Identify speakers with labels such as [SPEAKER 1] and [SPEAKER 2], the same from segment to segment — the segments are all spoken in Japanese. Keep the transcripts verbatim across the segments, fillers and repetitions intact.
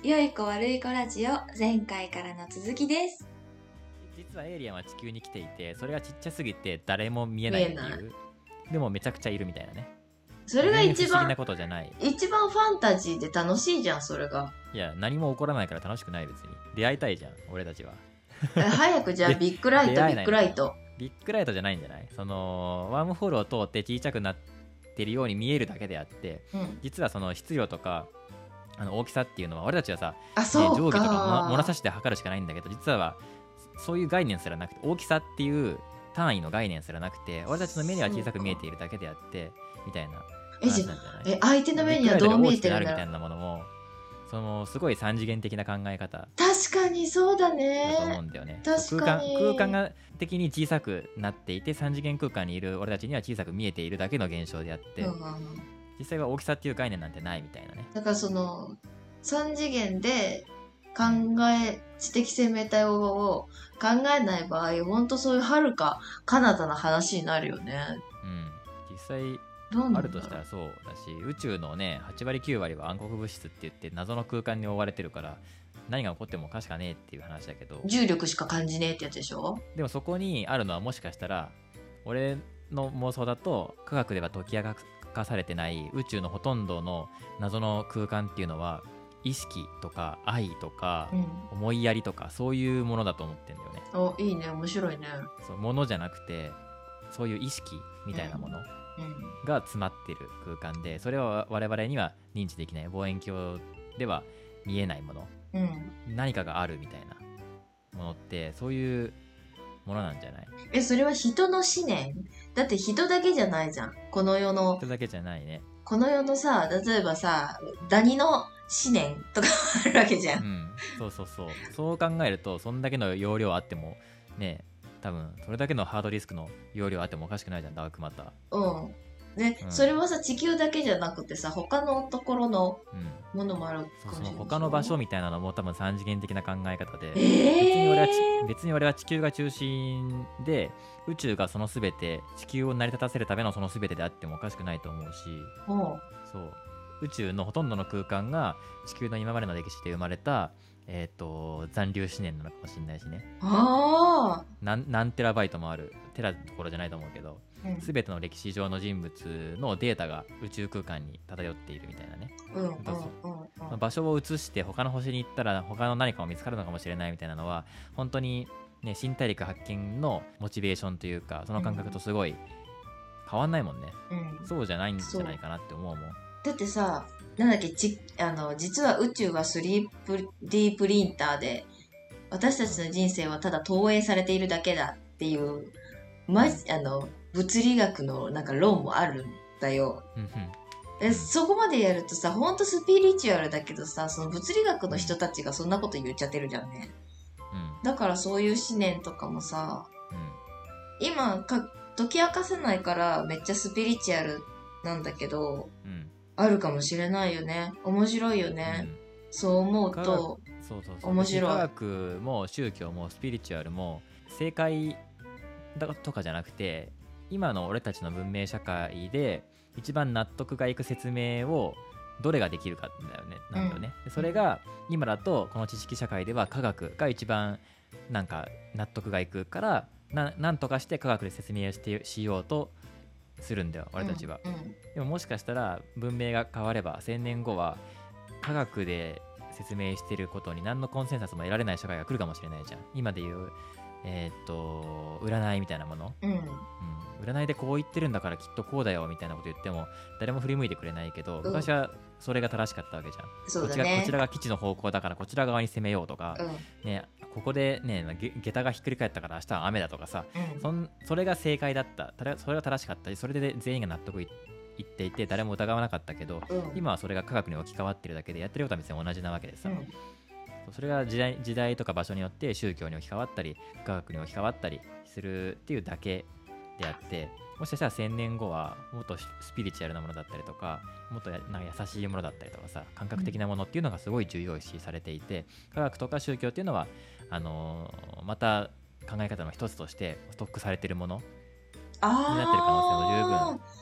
[SPEAKER 1] 良い子悪い子ラジオ前回からの続きです。
[SPEAKER 2] 実はエイリアンは地球に来ていて、それがちっちゃすぎて誰も見えないっていう。でもめちゃくちゃいるみたいなね。
[SPEAKER 1] それが一番
[SPEAKER 2] 不思議なことじゃない。
[SPEAKER 1] 一番ファンタジーで楽しいじゃん、それが。
[SPEAKER 2] いや、何も起こらないから楽しくない。別に出会いたいじゃん俺たちは。
[SPEAKER 1] 早くじゃあビッグライトビッグライト
[SPEAKER 2] ビッグライトじゃないんじゃない。そのワームホールを通って小さくなってるように見えるだけであって、うん、実はその質量とかあの大きさっていうのは俺たちはさ、
[SPEAKER 1] あ、そうか、
[SPEAKER 2] ね、定規とか物差しで測るしかないんだけど、実はそういう概念すらなくて、大きさっていう単位の概念すらなくて、俺たちの目には小さく見えているだけであってみたいな話なんじゃない。
[SPEAKER 1] え、相手の目にはどう見えてるんだろう
[SPEAKER 2] みたいなものも、そのすごい三次元的な考え方、
[SPEAKER 1] 確かにそうだね、
[SPEAKER 2] だと思うんだよね。
[SPEAKER 1] 確かに
[SPEAKER 2] 空間、空間が的に小さくなっていて、三次元空間にいる俺たちには小さく見えているだけの現象であって、うんうん、実際は大きさっていう概念なんてないみたいなね。
[SPEAKER 1] だからその三次元で考え、知的生命体を考えない場合、本当そういう遥か彼方の話になるよね。
[SPEAKER 2] うん、実際あるとしたらそうだし、宇宙のねはち割きゅう割は暗黒物質って言って謎の空間に覆われてるから、何が起こってもおかしかねえっていう話だけど、
[SPEAKER 1] 重力しか感じねえってやつでしょ。
[SPEAKER 2] でもそこにあるのは、もしかしたら俺の妄想だと、科学では解き明かされてない宇宙のほとんどの謎の空間っていうのは、意識とか愛とか、うん、思いやりとか、そういうものだと思ってんだよね。
[SPEAKER 1] お、いいね、面白いね。
[SPEAKER 2] そう、ものじゃなくて、そういう意識みたいなものが詰まってる空間で、それは我々には認知できない、望遠鏡では見えないもの、うん、何かがあるみたいなものって、そういうものなんじゃない？
[SPEAKER 1] え、それは人の思念？だって人だけじゃないじゃん、この世の。
[SPEAKER 2] 人だけじゃないね。
[SPEAKER 1] この世のさ、例えばさ、ダニの思念とかあるわけじゃん、
[SPEAKER 2] うん、そうそうそう。そう考えると、そんだけの容量あってもね、多分それだけのハードディスクの容量あってもおかしくないじゃん、ダークマター。
[SPEAKER 1] うんで、うん、それはさ、地球だけじゃなくてさ、他のところのものもあるかもしれない、うん、
[SPEAKER 2] そうそう、他の場所みたいなのも多分三次元的な考え方で、
[SPEAKER 1] えー、
[SPEAKER 2] 別に俺は別に俺は地球が中心で、宇宙がその全て、地球を成り立たせるためのその全てであってもおかしくないと思うし、うん、そう宇宙のほとんどの空間が地球の今までの歴史で生まれた、えー、と残留思念なのかもしれないしね。
[SPEAKER 1] あ
[SPEAKER 2] 何何テラバイトもある、テラどころじゃないと思うけど、すべ、うん、ての歴史上の人物のデータが宇宙空間に漂っているみたいなね、うんうんうんうん、場所を移して他の星に行ったら他の何かも見つかるのかもしれないみたいなのは、本当に、ね、新大陸発見のモチベーションというか、その感覚とすごい変わんないもんね、うん、そうじゃないんじゃないかなって思うもん。
[SPEAKER 1] だってさ、なんだっけ、ちあの実は宇宙は スリーディー プリンターで、私たちの人生はただ投影されているだけだっていう、ま、あの物理学のなんか論もあるんだよ。え、そこまでやるとさ、ほんとスピリチュアルだけどさ、その物理学の人たちがそんなこと言っちゃってるじゃんね、うん、だからそういう思念とかもさ、うん、今か解き明かせないからめっちゃスピリチュアルなんだけど、うん、あるかもしれないよね。面白いよね、うん、そう思うと
[SPEAKER 2] そうそうそう、
[SPEAKER 1] 面白い。
[SPEAKER 2] 科学も宗教もスピリチュアルも正解だとかじゃなくて、今の俺たちの文明社会で一番納得がいく説明をどれができるかだよね、なんだよね、うん、それが今だとこの知識社会では科学が一番なんか納得がいくから、 な, なんとかして科学で説明してしようとするんだよ俺たちは、うんうん、でももしかしたら文明が変わればせんねんごは科学で説明してることに何のコンセンサスも得られない社会が来るかもしれないじゃん。今でいうえー、っと占いみたいなもの、うんうん、占いでこう言ってるんだからきっとこうだよみたいなこと言っても誰も振り向いてくれないけど、うん、昔はそれが正しかったわけじゃん。
[SPEAKER 1] そうだね、
[SPEAKER 2] こちら、こちらが基地の方向だからこちら側に攻めようとか、うんね、ここで、ね、下駄がひっくり返ったから明日は雨だとかさ、うん、そ, んそれが正解だった、それが正しかった、それで全員が納得いっていて誰も疑わなかったけど、うん、今はそれが科学に置き換わってるだけでやってることは別に同じなわけでさ、うん、それが時 代, 時代とか場所によって宗教に置き換わったり科学に置き換わったりするっていうだけであって、もしかしたらせんねんごはもっとスピリチュアルなものだったりとか、もっとなんか優しいものだったりとかさ、感覚的なものっていうのがすごい重要視されていて、科学とか宗教っていうのはあのー、また考え方の一つとしてストックされているものになってる可能性も十分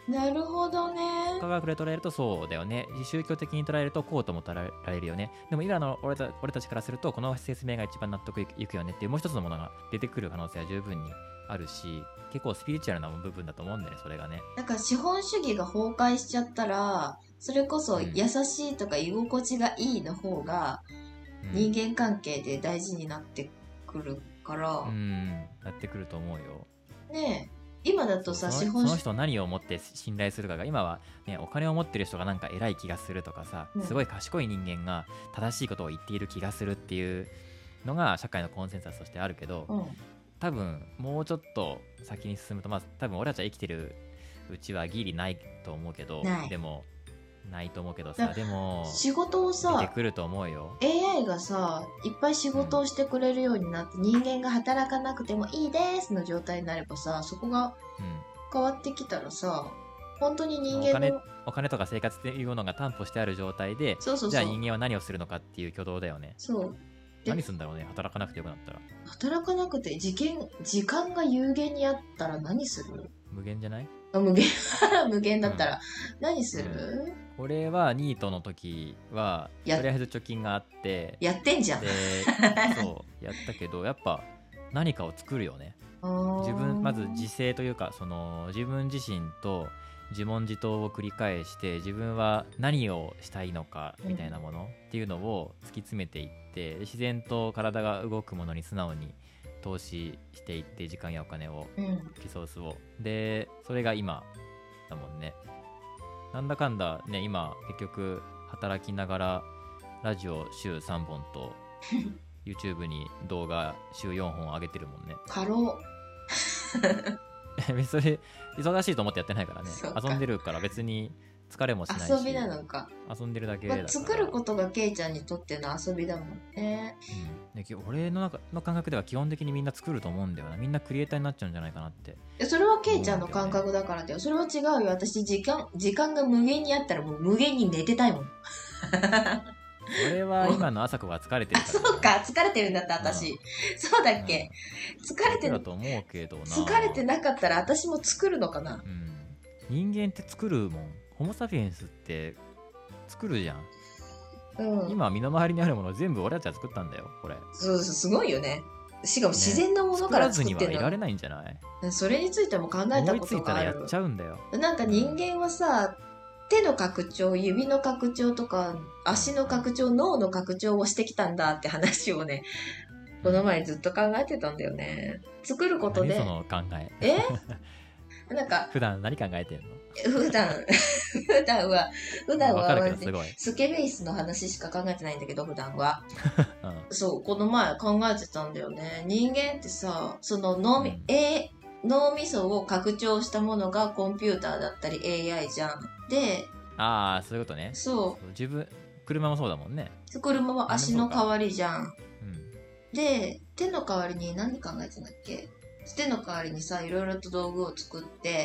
[SPEAKER 1] なるほどね。
[SPEAKER 2] 科学で捉えるとそうだよね、宗教的に捉えるとこうとも捉えられるよね。でも今の俺た俺たちからするとこの説明が一番納得いくいくよねっていうもう一つのものが出てくる可能性は十分にあるし、結構スピリチュアルな部分だと思うんだよね、それがね。
[SPEAKER 1] なんか資本主義が崩壊しちゃったら、それこそ
[SPEAKER 2] うん
[SPEAKER 1] 優しいとか居心地がいいの方が
[SPEAKER 2] うん
[SPEAKER 1] 人間関係で大事になってくるから、
[SPEAKER 2] うんなってくると思うよ。
[SPEAKER 1] ねえ、今だと
[SPEAKER 2] その
[SPEAKER 1] さ、資本主義、
[SPEAKER 2] その人を何をもって信頼するかが今は、ね、お金を持ってる人がなんか偉い気がするとかさ、
[SPEAKER 1] うん
[SPEAKER 2] すごい賢い人間が正しいことを言っている気がするっていうのが社会のコンセンサスとしてあるけど、
[SPEAKER 1] うん、
[SPEAKER 2] 多分もうちょっと先に進むと、まあ多分俺たちは生きてるうちはギリないと思うけど、
[SPEAKER 1] ない
[SPEAKER 2] でもないと思うけどさ、でも
[SPEAKER 1] 仕事を
[SPEAKER 2] 出て
[SPEAKER 1] さ、
[SPEAKER 2] くると思うよ。
[SPEAKER 1] エーアイ がさ、いっぱい仕事をしてくれるようになって、人間が働かなくてもいいですの状態になればさ、そこが
[SPEAKER 2] うん
[SPEAKER 1] 変わってきたらさ、本当に人
[SPEAKER 2] お金
[SPEAKER 1] 間の、
[SPEAKER 2] お金とか生活っていうものが担保してある状態で、
[SPEAKER 1] そうそうそう、
[SPEAKER 2] じゃあ人間は何をするのかっていう挙動だよね。
[SPEAKER 1] そう。で
[SPEAKER 2] 何するんだろうね、働かなくてよくなったら。
[SPEAKER 1] 働かなくて時間時間が有限にあったら何する？
[SPEAKER 2] 無限じゃない？
[SPEAKER 1] あ無限無限だったら何する？
[SPEAKER 2] 俺はニートの時はと
[SPEAKER 1] や
[SPEAKER 2] りあえず貯金があって
[SPEAKER 1] やってんじゃん。
[SPEAKER 2] でそうやったけど、やっぱ何かを作るよね。
[SPEAKER 1] あー
[SPEAKER 2] 自分まず自制というか、その自分自身と自問自答を繰り返して、自分は何をしたいのかみたいなものっていうのを突き詰めていって、自然と体が動くものに素直に投資していって、時間やお金を、
[SPEAKER 1] うん
[SPEAKER 2] リソースを、でそれが今だもんね。なんだかんだね、今結局働きながらラジオ週さんぼんとYouTube に動画週よんほん上げてるもんね。
[SPEAKER 1] 過労。
[SPEAKER 2] 別にそれ忙しいと思ってやってないからね。
[SPEAKER 1] そうか
[SPEAKER 2] 遊んでるから別に疲れもしないし、
[SPEAKER 1] 遊びなのか、
[SPEAKER 2] 遊んでるだけだから、
[SPEAKER 1] まあ、作ることがケイちゃんにとっての遊びだもんね。
[SPEAKER 2] うん、でき俺の中の感覚では基本的にみんな作ると思うんだよな。みんなクリエイターになっちゃうんじゃないかなって。
[SPEAKER 1] いやそれはケイちゃんの感覚だからだよ。それは違うよ。私時間時間が無限にあったらもう無限に寝てたいもん。
[SPEAKER 2] 俺は今の朝子が疲れてる
[SPEAKER 1] あ、
[SPEAKER 2] から、
[SPEAKER 1] そうか、疲れてるんだった私、
[SPEAKER 2] うん
[SPEAKER 1] そうだっけ、疲れてる
[SPEAKER 2] だと思うけどな。
[SPEAKER 1] 疲れてなかったら私も作るのかな。
[SPEAKER 2] うん、人間って作るもん。ホモ・サピエンスって作るじゃん。
[SPEAKER 1] うん、
[SPEAKER 2] 今身の回りにあるもの全部俺たちは作ったんだよ、これ。
[SPEAKER 1] そうそう、すごいよね。しかも自然なもの
[SPEAKER 2] 作
[SPEAKER 1] から
[SPEAKER 2] らずにはい
[SPEAKER 1] 作ってんの、
[SPEAKER 2] られないんじゃない？
[SPEAKER 1] それについても考えた
[SPEAKER 2] 思いつい
[SPEAKER 1] ことがある
[SPEAKER 2] たらやっち。ゃうんだよ。
[SPEAKER 1] なんか人間はさ、手の拡張、指の拡張とか足の拡張、脳の拡張をしてきたんだって話をね、この前ずっと考えてたんだよね。作ることで
[SPEAKER 2] 何その考え。
[SPEAKER 1] えなんか
[SPEAKER 2] 普段何考えてんの？
[SPEAKER 1] 普段普段は普段は
[SPEAKER 2] わかるけどすごい。
[SPEAKER 1] スケベースの話しか考えてないんだけど、普段は
[SPEAKER 2] うん
[SPEAKER 1] そうこの前考えてたんだよね。人間ってさ、その脳み、
[SPEAKER 2] うん
[SPEAKER 1] え脳みそを拡張したものがコンピューターだったり エーアイ じゃん。で、
[SPEAKER 2] ああ、そういうことね。
[SPEAKER 1] そ
[SPEAKER 2] そう自分、車もそうだもんね。
[SPEAKER 1] う車は足の代わりじゃん。
[SPEAKER 2] うん。
[SPEAKER 1] で、手の代わりに何考えてたんだっけ。手の代わりにさ、いろいろと道具を作って、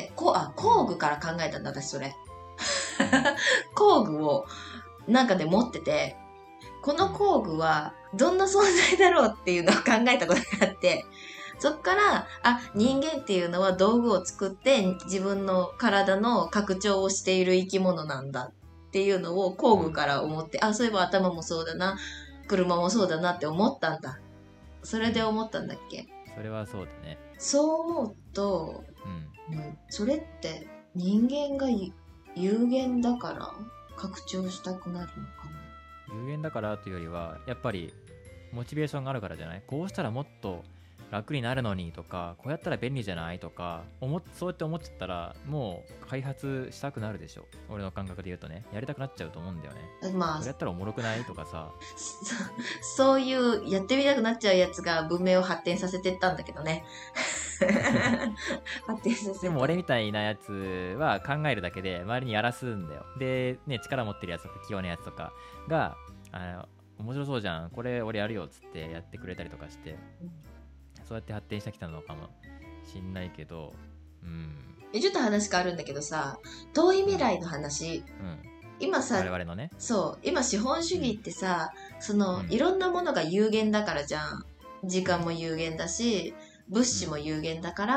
[SPEAKER 1] こう、あ、工具から考えたんだ、私それ。工具をなんかで持ってて、この工具はどんな存在だろうっていうのを考えたことがあって、そっから、あ、人間っていうのは道具を作って自分の体の拡張をしている生き物なんだっていうのを工具から思って、あ、そういえば頭もそうだな、車もそうだなって思ったんだ。それで思ったんだっけ。
[SPEAKER 2] それはそうだね。
[SPEAKER 1] そう思うと、
[SPEAKER 2] うん。
[SPEAKER 1] うんそれって人間がゆ有限だから拡張したくなるのかな。
[SPEAKER 2] 有限だからというよりは、やっぱりモチベーションがあるからじゃない？こうしたらもっと楽になるのにとか、こうやったら便利じゃないとか、思っそうやって思っちゃったら、もう開発したくなるでしょ。俺の感覚で言うとね、やりたくなっちゃうと思うんだよね。
[SPEAKER 1] まあ
[SPEAKER 2] これやったらおもろくないとかさ。
[SPEAKER 1] そそういうやってみたくなっちゃうやつが文明を発展させてったんだけどね。発展させて
[SPEAKER 2] でも俺みたいなやつは考えるだけで周りにやらすんだよ。で、ね、力持ってるやつとか器用なやつとかが、あの面白そうじゃん、これ俺やるよっつってやってくれたりとかして、そうやって発展してきたのかもしんないけど、うん。
[SPEAKER 1] えちょっと話変わるんだけどさ、遠い未来の話、
[SPEAKER 2] うん。
[SPEAKER 1] 今さ、
[SPEAKER 2] 我々のね。
[SPEAKER 1] そう、今資本主義ってさ、その、
[SPEAKER 2] うん
[SPEAKER 1] いろんなものが有限だからじゃん。時間も有限だし、物資も有限だから、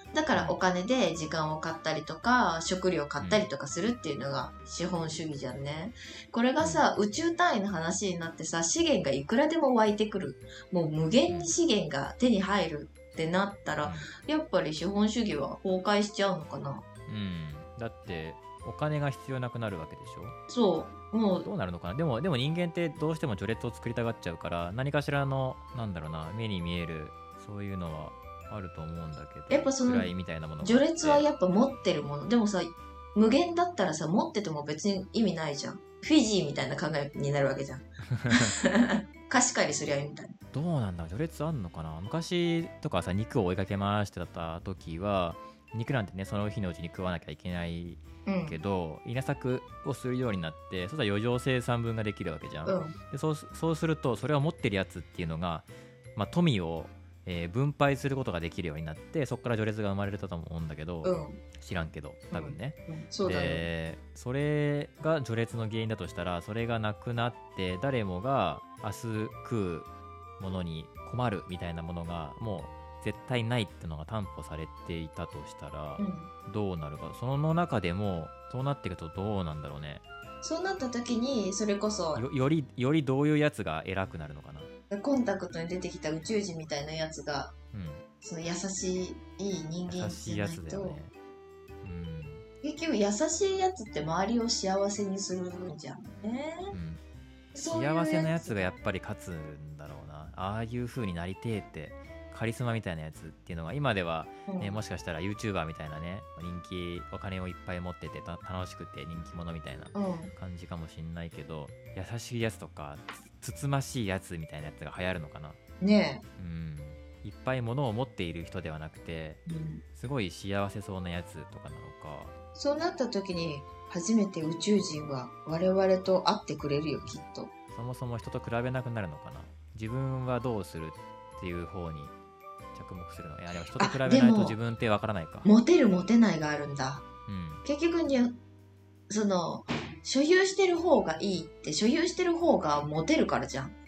[SPEAKER 1] だからお金で時間を買ったりとか食料を買ったりとかするっていうのが資本主義じゃんね。これがさ、宇宙単位の話になってさ、資源がいくらでも湧いてくる、もう無限に資源が手に入るってなったら、やっぱり資本主義は崩壊しちゃうのかな。
[SPEAKER 2] うん、だってお金が必要なくなるわけでしょ。
[SPEAKER 1] そうもう
[SPEAKER 2] どうなるのかな。でもでも人間ってどうしても序列を作りたがっちゃうから、何かしらのなんだろうな、目に見えるそういうのはあると思うんだけど、
[SPEAKER 1] やっぱその
[SPEAKER 2] 位みたいなものがあって
[SPEAKER 1] 序列はやっぱ持ってるものでもさ、無限だったらさ、持ってても別に意味ないじゃん。フィジーみたいな考えになるわけじゃん。貸し借りすりゃいいみたいな。
[SPEAKER 2] どうなんだ、序列あんのかな。昔とかさ、肉を追いかけ回してた時は肉なんてね、その日のうちに食わなきゃいけないけど、うん、稲作をするようになって、そうしたら余剰生産分ができるわけじゃん、うん、で そう、そうするとそれを持ってるやつっていうのが、まあ、富を、えー、分配することができるようになって、そこから序列が生まれたと思うんだけど、うん、知らんけど多分ね、
[SPEAKER 1] うんうん、そうだね。
[SPEAKER 2] でそれが序列の原因だとしたら、それがなくなって誰もが明日食うものに困るみたいなものがもう絶対ないってのが担保されていたとしたら、うん、どうなるか。その中でもそうなっていくとどうなんだろうね。
[SPEAKER 1] そうなった時にそれこそ
[SPEAKER 2] よ, よりよりどういうやつが偉くなるのかな。
[SPEAKER 1] コンタクトに出てきた宇宙人みたいなやつが、うん、その優しいいい人間じゃないと、優しいやつだよね、うん、結局優しいやつって周りを幸せにするんじゃんね、うん、
[SPEAKER 2] 幸せなやつがやっぱり勝つんだろうな。ああいう風になりてえってカリスマみたいなやつっていうのが今では、ね、うん、もしかしたら YouTuber みたいなね、人気お金をいっぱい持ってて楽しくて人気者みたいな感じかもしんないけど、うん、優しいやつとかつつましいやつみたいなやつが流行るのかな
[SPEAKER 1] ねえ、
[SPEAKER 2] うん、いっぱい物を持っている人ではなくて、うん、すごい幸せそうなやつとかなのか。
[SPEAKER 1] そうなった時に初めて宇宙人は我々と会ってくれるよ、きっと。
[SPEAKER 2] そもそも人と比べなくなるのかな。自分はどうするっていう方に着目するの。いやでも人と比べないと自分ってわからないか。
[SPEAKER 1] モテるモテないがあるんだ、うん、結局にその所有してる方がいいって、所有してる方がモテるからじゃん、うん、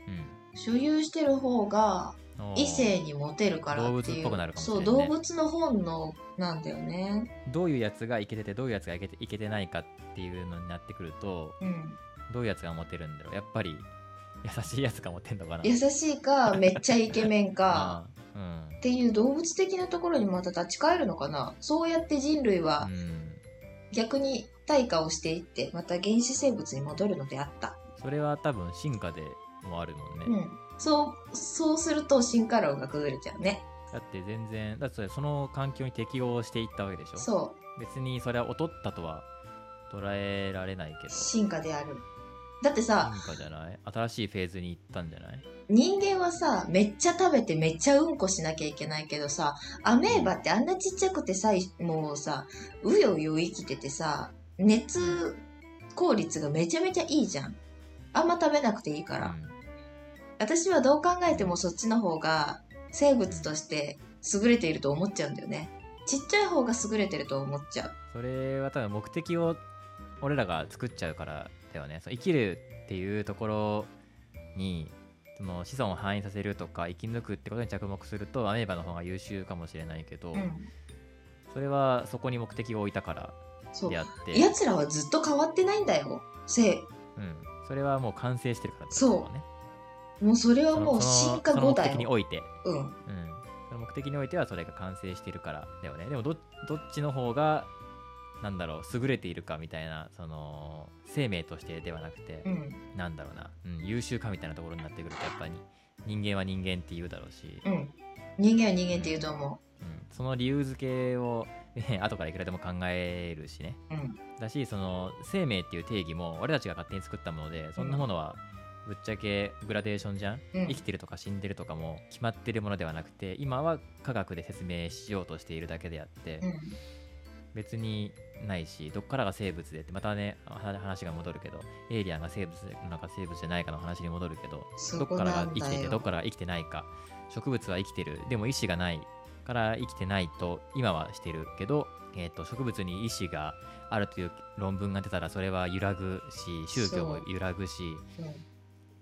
[SPEAKER 1] 所有してる方が異性にモテるからっていう、動物っぽくなるかもしれない、ね、そう動物の本能なんだよね。
[SPEAKER 2] どういうやつがイケててどういうやつがイケて、イケてないかっていうのになってくると、うん、どういうやつがモテるんだろう。やっぱり優しいやつがモテんのかな。
[SPEAKER 1] 優しいかめっちゃイケメンかうん、っていう動物的なところにまた立ち返るのかな。そうやって人類は逆に退化をしていってまた原始生物に戻るのであった。
[SPEAKER 2] それは多分進化でもあるもんね、うん、
[SPEAKER 1] そうそうすると進化論が崩れちゃうね。
[SPEAKER 2] だって全然だってその環境に適応していったわけでしょ。そう別にそれは劣ったとは捉えられないけど
[SPEAKER 1] 進化である。だってさ、
[SPEAKER 2] 進化じゃない、新しいフェーズに行ったんじゃない。
[SPEAKER 1] 人間はさめっちゃ食べてめっちゃうんこしなきゃいけないけどさ、アメーバってあんなちっちゃくてさ、もうさうようよ生きててさ、熱効率がめちゃめちゃいいじゃん。あんま食べなくていいから、うん、私はどう考えてもそっちの方が生物として優れていると思っちゃうんだよね。ちっちゃい方が優れてると思っちゃう。
[SPEAKER 2] それは多分目的を俺らが作っちゃうからだよね。そう生きるっていうところにその子孫を繁栄させるとか生き抜くってことに着目するとアメーバの方が優秀かもしれないけど、うん、それはそこに目的を置いたからであって、
[SPEAKER 1] やつらはずっと変わってないんだよ。せい、うん、
[SPEAKER 2] それはもう完成してるから、ね、
[SPEAKER 1] そうもうそれはもう進化後だよ。
[SPEAKER 2] その目的において、うんうん、その目的においてはそれが完成してるからだよね。でも ど, どっちの方がなんだろう優れているかみたいな、その生命としてではなくて、うん、なんだろうな、うん、優秀かみたいなところになってくるとやっぱり人間は人間って言うだろうし、うん、
[SPEAKER 1] 人間は人間って言うと思
[SPEAKER 2] う、うんうん、その理由付けを、ね、後からいくらでも考えるしね、うん、だしその生命っていう定義も俺たちが勝手に作ったもので、そんなものはぶっちゃけグラデーションじゃん、うん、生きてるとか死んでるとかも決まってるものではなくて、今は科学で説明しようとしているだけであって、うん、別にないし、どっからが生物でってまたね話が戻るけど、エイリアンが生物なのか生物じゃないかの話に戻るけど、どっからが生きていてどっからが生きてないか。植物は生きてる、でも意志がないから生きてないと今はしてるけど、えーと、植物に意志があるという論文が出たらそれは揺らぐし、宗教も揺らぐし、変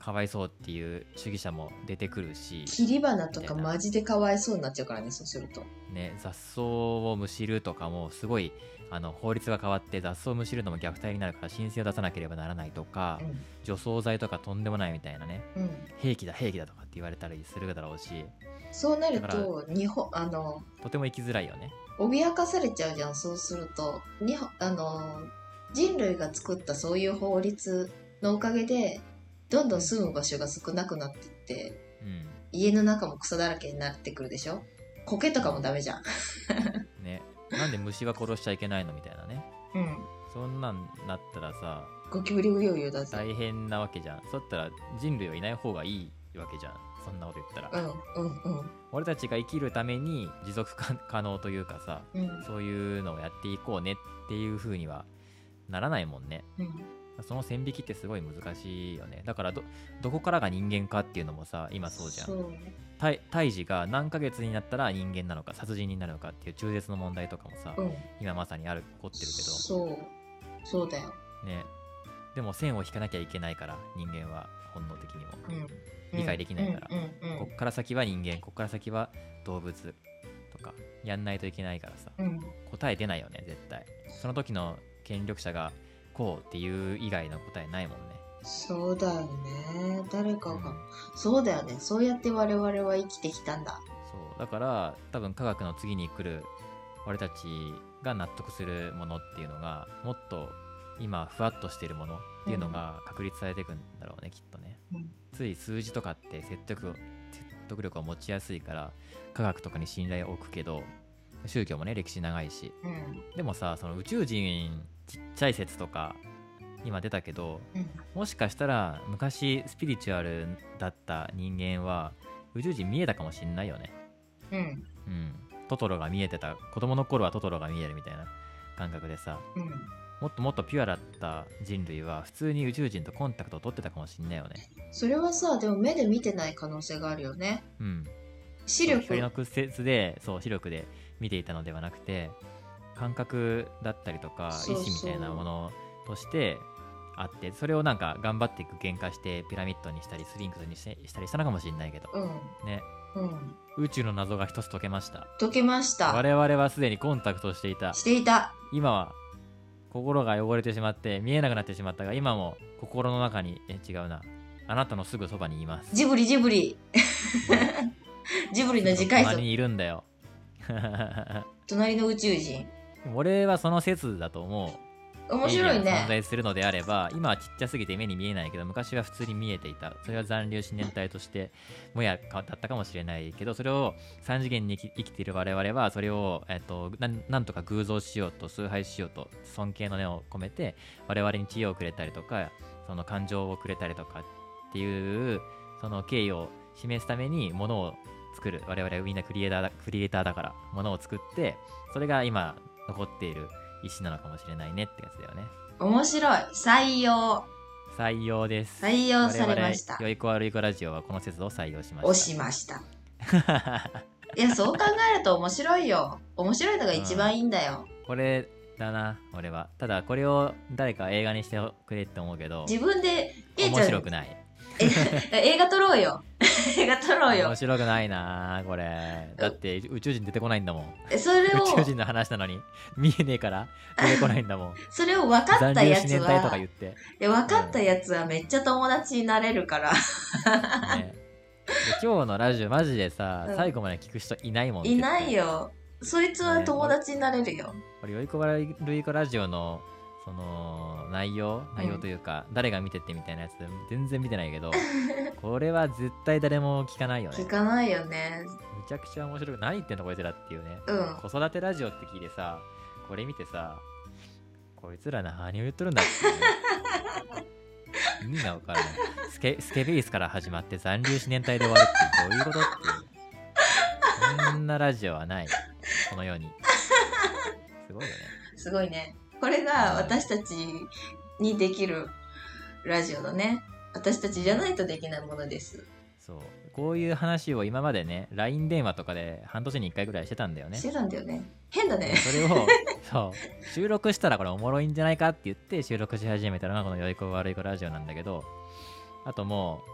[SPEAKER 2] かわいそうっていう主義者も出てくるし、
[SPEAKER 1] 切り花とか
[SPEAKER 2] みたいな
[SPEAKER 1] マジでかわいそうになっちゃうからね、そうすると。
[SPEAKER 2] ね、雑草をむしるとかもすごいあの法律が変わって雑草をむしるのも虐待になるから申請を出さなければならないとか、
[SPEAKER 1] うん
[SPEAKER 2] 除草剤とかとんでもないみたいなね、
[SPEAKER 1] うん、
[SPEAKER 2] 兵器だ兵器だとかって言われたりするだろうし、
[SPEAKER 1] そうなる
[SPEAKER 2] だ
[SPEAKER 1] と日本あの
[SPEAKER 2] とても生きづらいよね。
[SPEAKER 1] 脅かされちゃうじゃん。そうすると日本あの人類が作ったそういう法律のおかげでどんどん住む場所が少なくなっていって、
[SPEAKER 2] うん
[SPEAKER 1] 家の中も草だらけになってくるでしょ。苔とかもダメじゃん。
[SPEAKER 2] ね、なんで虫は殺しちゃいけないのみたいなね。
[SPEAKER 1] うん、
[SPEAKER 2] そんなんなったらさ
[SPEAKER 1] ゴキブリうようよだぜ。
[SPEAKER 2] 大変なわけじゃん。そうだったら人類はいない方がいいわけじゃん、そんなこと言ったら。
[SPEAKER 1] うんうんうん
[SPEAKER 2] 俺たちが生きるために持続可能というかさ、
[SPEAKER 1] うん
[SPEAKER 2] そういうのをやっていこうねっていう風にはならないもんね。
[SPEAKER 1] うん
[SPEAKER 2] その線引きってすごい難しいよね。だから ど, どこからが人間かっていうのもさ今そうじゃん。
[SPEAKER 1] そう
[SPEAKER 2] 胎胎児が何ヶ月になったら人間なのか殺人になるのかっていう中絶の問題とかもさ、
[SPEAKER 1] うん
[SPEAKER 2] 今まさにある起こってるけ
[SPEAKER 1] そうそうだよ。
[SPEAKER 2] どね。でも線を引かなきゃいけないから人間は本能的にも
[SPEAKER 1] うん
[SPEAKER 2] 理解できないから、
[SPEAKER 1] うんうんうん
[SPEAKER 2] こっから先は人間、こっから先は動物とかやんないといけないからさ、
[SPEAKER 1] うん
[SPEAKER 2] 答え出ないよね絶対。その時の権力者がこうっていう以外の答えないもんね。
[SPEAKER 1] そうだよね。誰かが、
[SPEAKER 2] うん
[SPEAKER 1] そうだよね。そうやって我々は生きてきたんだ。
[SPEAKER 2] そうだから多分科学の次に来る俺たちが納得するものっていうのがもっと今ふわっとしてるものっていうのが確立されていくんだろうね、きっとね。
[SPEAKER 1] うん
[SPEAKER 2] つい数字とかって説得説得力を持ちやすいから科学とかに信頼を置くけど、宗教もね歴史長いし、
[SPEAKER 1] うん
[SPEAKER 2] でもさその宇宙人ちっちゃい説とか今出たけど、
[SPEAKER 1] うん
[SPEAKER 2] もしかしたら昔スピリチュアルだった人間は宇宙人見えたかもしんないよね。
[SPEAKER 1] うん
[SPEAKER 2] うんトトロが見えてた、子供の頃はトトロが見えるみたいな感覚でさ、
[SPEAKER 1] うん
[SPEAKER 2] もっともっとピュアだった人類は普通に宇宙人とコンタクトを取ってたかもしんないよね。
[SPEAKER 1] それはさ、でも目で見てない可能性があるよね。
[SPEAKER 2] うん
[SPEAKER 1] 視力
[SPEAKER 2] 光の屈折でそう視力で見ていたのではなくて感覚だったりとか
[SPEAKER 1] そうそう
[SPEAKER 2] 意志みたいなものとしてあって、それをなんか頑張って具現化してピラミッドにしたりスフィンクスにしたりしたのかもしれないけど、
[SPEAKER 1] うん
[SPEAKER 2] ね、
[SPEAKER 1] うん
[SPEAKER 2] 宇宙の謎が一つ解けました。
[SPEAKER 1] 解けました
[SPEAKER 2] 我々はすでにコンタクトをしていた。
[SPEAKER 1] していた。
[SPEAKER 2] 今は心が汚れてしまって見えなくなってしまったが、今も心の中にえ違うなあなたのすぐそばにいます。
[SPEAKER 1] ジブリジブリジブリの次回作
[SPEAKER 2] 隣にいるんだよ
[SPEAKER 1] 隣の宇宙人。
[SPEAKER 2] 俺はその説だと思う。
[SPEAKER 1] 面白い
[SPEAKER 2] エイリアンが存
[SPEAKER 1] ね。
[SPEAKER 2] 在するのであれば、今はちっちゃすぎて目に見えないけど昔は普通に見えていた。それは残留思念体としてもやだったかもしれないけど、それをさん次元に生き生きている我々はそれを、えっと、な, なんとか偶像しようと崇拝しようと尊敬の念を込めて我々に知恵をくれたりとかその感情をくれたりとかっていうその敬意を示すためにものを作る。我々はみんなクリエイターだクリエイターだからものを作って、それが今残っている石なのかもしれないねってやつだよね。
[SPEAKER 1] 面白い。採用。
[SPEAKER 2] 採用です。
[SPEAKER 1] 採用されました。
[SPEAKER 2] 我々よいこ悪い子ラジオはこの説を採用しました。
[SPEAKER 1] 押しました。いや、そう考えると面白いよ。面白いのが一番いいんだよ。
[SPEAKER 2] これだな、俺は。ただこれを誰か映画にしてくれって思うけど、
[SPEAKER 1] 自分で、ケイちゃん
[SPEAKER 2] 面白くない。
[SPEAKER 1] え映画撮ろうよ。映画撮ろうよ
[SPEAKER 2] 面。白くないなこれ。だって宇宙人出てこないんだもん。
[SPEAKER 1] えそれを、
[SPEAKER 2] 宇宙人の話なのに見えねえから出てこないんだもん。
[SPEAKER 1] それを分かった
[SPEAKER 2] 残留
[SPEAKER 1] やつ
[SPEAKER 2] 思念体とか
[SPEAKER 1] は、
[SPEAKER 2] 言って。
[SPEAKER 1] いや分かったやつはめっちゃ友達になれるから。
[SPEAKER 2] ね、で今日のラジオマジでさ、
[SPEAKER 1] うん
[SPEAKER 2] 最後まで聞く人いないもん。
[SPEAKER 1] いないよ。そいつは友達になれるよ。
[SPEAKER 2] これよいこ悪い子ラジオのその内容内容というか、誰が見てってみたいなやつ全然見てないけどこれは絶対誰も聞かないよね。
[SPEAKER 1] 聞かないよね。
[SPEAKER 2] むちゃくちゃ面白い。何言ってんのこいつらっていうね、
[SPEAKER 1] うん
[SPEAKER 2] 子育てラジオって聞いてさ、これ見てさ、こいつら何を言っとるんだっていう、ね、意味が分からない。スケスケベースから始まって残留思念体で終わるってどういうことっていう、そんなラジオはないこの世に。すごいよね。
[SPEAKER 1] すごいね。これが私たちにできるラジオのね。私たちじゃないとできないものです。
[SPEAKER 2] そうこういう話を今までね ライン 電話とかで半年にいっかいぐらいしてたんだよね。
[SPEAKER 1] してたんだよね。変だね。
[SPEAKER 2] それをそう収録したらこれおもろいんじゃないかって言って収録し始めたのがこのよいこ悪い子ラジオなんだけど、あとも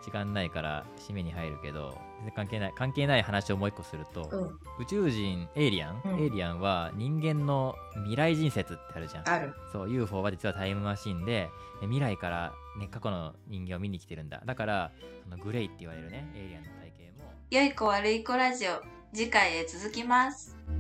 [SPEAKER 2] 時間ないから締めに入るけど、全然関係ない関係ない話をもう一個すると、
[SPEAKER 1] うん、
[SPEAKER 2] 宇宙人エイリアン、
[SPEAKER 1] うん、
[SPEAKER 2] エイリアンは人間の未来人説ってあるじゃん。
[SPEAKER 1] ある。
[SPEAKER 2] そう ユーフォー は実はタイムマシンで未来から、ね、過去の人間を見に来てるんだ。だからそのグレイって言われるねエイリアンの体型も。
[SPEAKER 1] 良い子悪い子ラジオ、次回へ続きます。